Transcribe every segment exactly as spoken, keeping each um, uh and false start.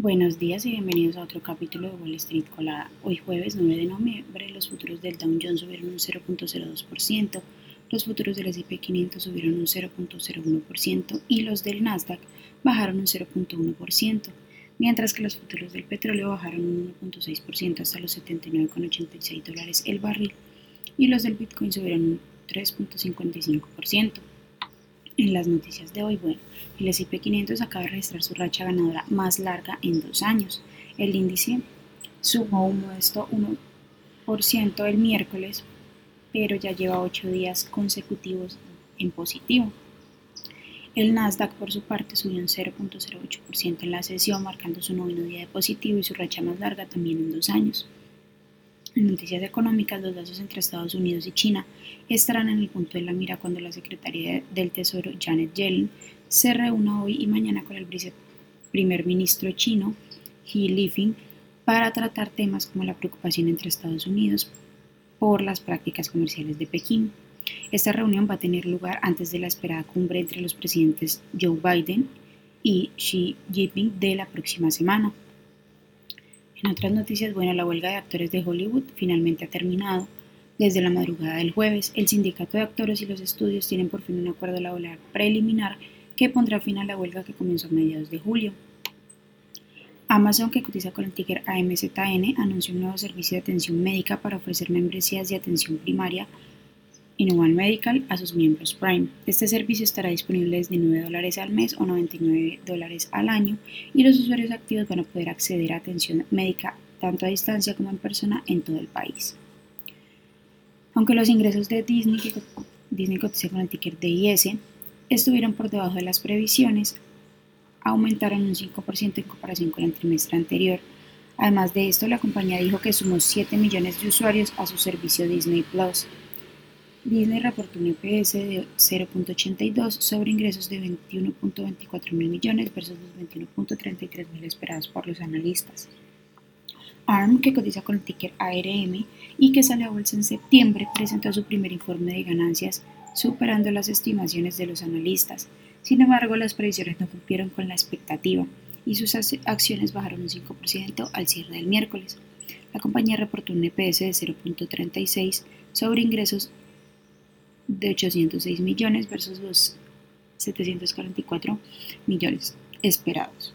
Buenos días y bienvenidos a otro capítulo de Wall Street Colada. Hoy jueves nueve de noviembre los futuros del Dow Jones subieron un cero punto cero dos por ciento, los futuros del ese y pe quinientos subieron un cero punto cero uno por ciento y los del Nasdaq bajaron un cero punto uno por ciento, mientras que los futuros del petróleo bajaron un uno punto seis por ciento hasta los setenta y nueve con ochenta y seis dólares el barril y los del Bitcoin subieron un tres punto cincuenta y cinco por ciento. En las noticias de hoy, bueno, el ese y pe quinientos acaba de registrar su racha ganadora más larga en dos años. El índice sumó un modesto uno por ciento el miércoles, pero ya lleva ocho días consecutivos en positivo. El Nasdaq, por su parte, subió un cero punto cero ocho por ciento en la sesión, marcando su noveno día de positivo y su racha más larga también en dos años. En noticias económicas, los lazos entre Estados Unidos y China estarán en el punto de la mira cuando la secretaria del Tesoro, Janet Yellen, se reúna hoy y mañana con el primer ministro chino, Xi Jinping, para tratar temas como la preocupación entre Estados Unidos por las prácticas comerciales de Pekín. Esta reunión va a tener lugar antes de la esperada cumbre entre los presidentes Joe Biden y Xi Jinping de la próxima semana. En otras noticias, bueno, la huelga de actores de Hollywood finalmente ha terminado. Desde la madrugada del jueves, el sindicato de actores y los estudios tienen por fin un acuerdo laboral preliminar que pondrá fin a la huelga que comenzó a mediados de julio. Amazon, que cotiza con el ticker A M Z N, anunció un nuevo servicio de atención médica para ofrecer membresías de atención primaria en One Medical a sus miembros Prime. Este servicio estará disponible desde nueve dólares al mes o noventa y nueve dólares al año y los usuarios activos van a poder acceder a atención médica tanto a distancia como en persona en todo el país. Aunque los ingresos de Disney, que Disney cotiza con el ticker D I S, estuvieron por debajo de las previsiones, aumentaron un cinco por ciento en comparación con el trimestre anterior. Además de esto, la compañía dijo que sumó siete millones de usuarios a su servicio Disney Plus. Disney reportó un E P S de cero punto ochenta y dos sobre ingresos de veintiuno punto veinticuatro mil millones versus los veintiuno punto treinta y tres mil esperados por los analistas. A R M, que cotiza con el ticker A R M y que sale a bolsa en septiembre, presentó su primer informe de ganancias, superando las estimaciones de los analistas. Sin embargo, las previsiones no cumplieron con la expectativa y sus acciones bajaron un cinco por ciento al cierre del miércoles. La compañía reportó un E P S de cero punto treinta y seis sobre ingresos de ochocientos seis millones versus los setecientos cuarenta y cuatro millones esperados.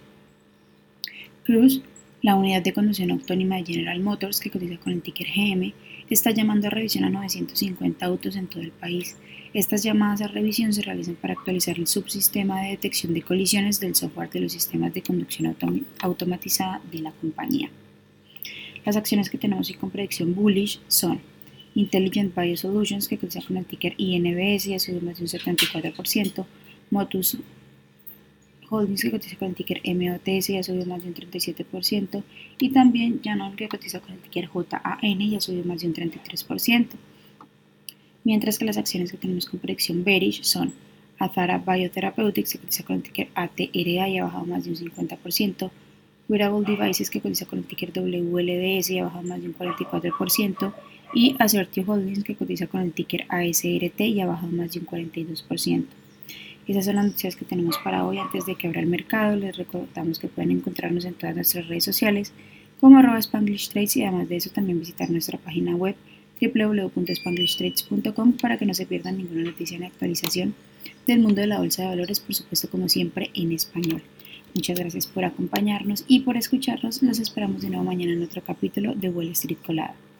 Cruise, la unidad de conducción autónoma de General Motors, que cotiza con el ticker G M, está llamando a revisión a novecientos cincuenta autos en todo el país. Estas llamadas a revisión se realizan para actualizar el subsistema de detección de colisiones del software de los sistemas de conducción autom- automatizada de la compañía. Las acciones que tenemos y con predicción bullish son Intelligent Biosolutions, que cotiza con el ticker I N B S y ha subido más de un setenta y cuatro por ciento, Motus Holdings, que cotiza con el ticker M O T S y ha subido más de un treinta y siete por ciento, y también Janssen, que cotiza con el ticker J A N y ha subido más de un treinta y tres por ciento. Mientras que las acciones que tenemos con predicción bearish son Atara Biotherapeutics, que cotiza con el ticker A T R A y ha bajado más de un cincuenta por ciento, Wearable Devices, que cotiza con el ticker W L D S y ha bajado más de un cuarenta y cuatro por ciento, y Assertio Holdings, que cotiza con el ticker A S R T y ha bajado más de un cuarenta y dos por ciento. Esas son las noticias que tenemos para hoy. Antes de que abra el mercado, les recordamos que pueden encontrarnos en todas nuestras redes sociales como arroba Spanglish Trades y además de eso también visitar nuestra página web doble u doble u doble u punto spanglish trades punto com para que no se pierdan ninguna noticia ni actualización del mundo de la bolsa de valores, por supuesto como siempre en español. Muchas gracias por acompañarnos y por escucharnos. Los esperamos de nuevo mañana en otro capítulo de Wall Street Colada.